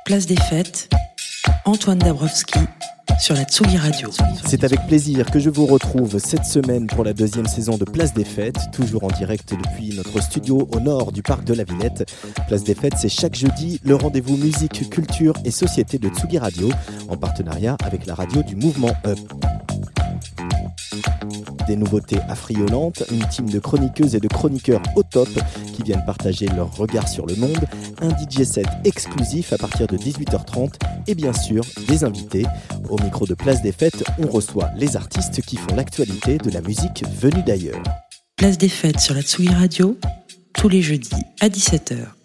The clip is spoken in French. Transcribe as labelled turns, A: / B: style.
A: Place des Fêtes, Antoine Dabrowski sur la Tsugi Radio.
B: C'est avec plaisir que je vous retrouve cette semaine pour la deuxième saison de Place des Fêtes, toujours en direct depuis notre studio au nord du parc de la Villette. Place des Fêtes, c'est chaque jeudi le rendez-vous musique, culture et société de Tsugi Radio, en partenariat avec la radio du mouvement Up. Des nouveautés affriolantes, une team de chroniqueuses et de chroniqueurs au top qui viennent partager leur regard sur le monde, un DJ set exclusif à partir de 18h30 et bien sûr des invités. Au micro de Place des Fêtes, on reçoit les artistes qui font l'actualité de la musique venue d'ailleurs.
A: Place des Fêtes sur la Tsugi Radio, tous les jeudis à 17h.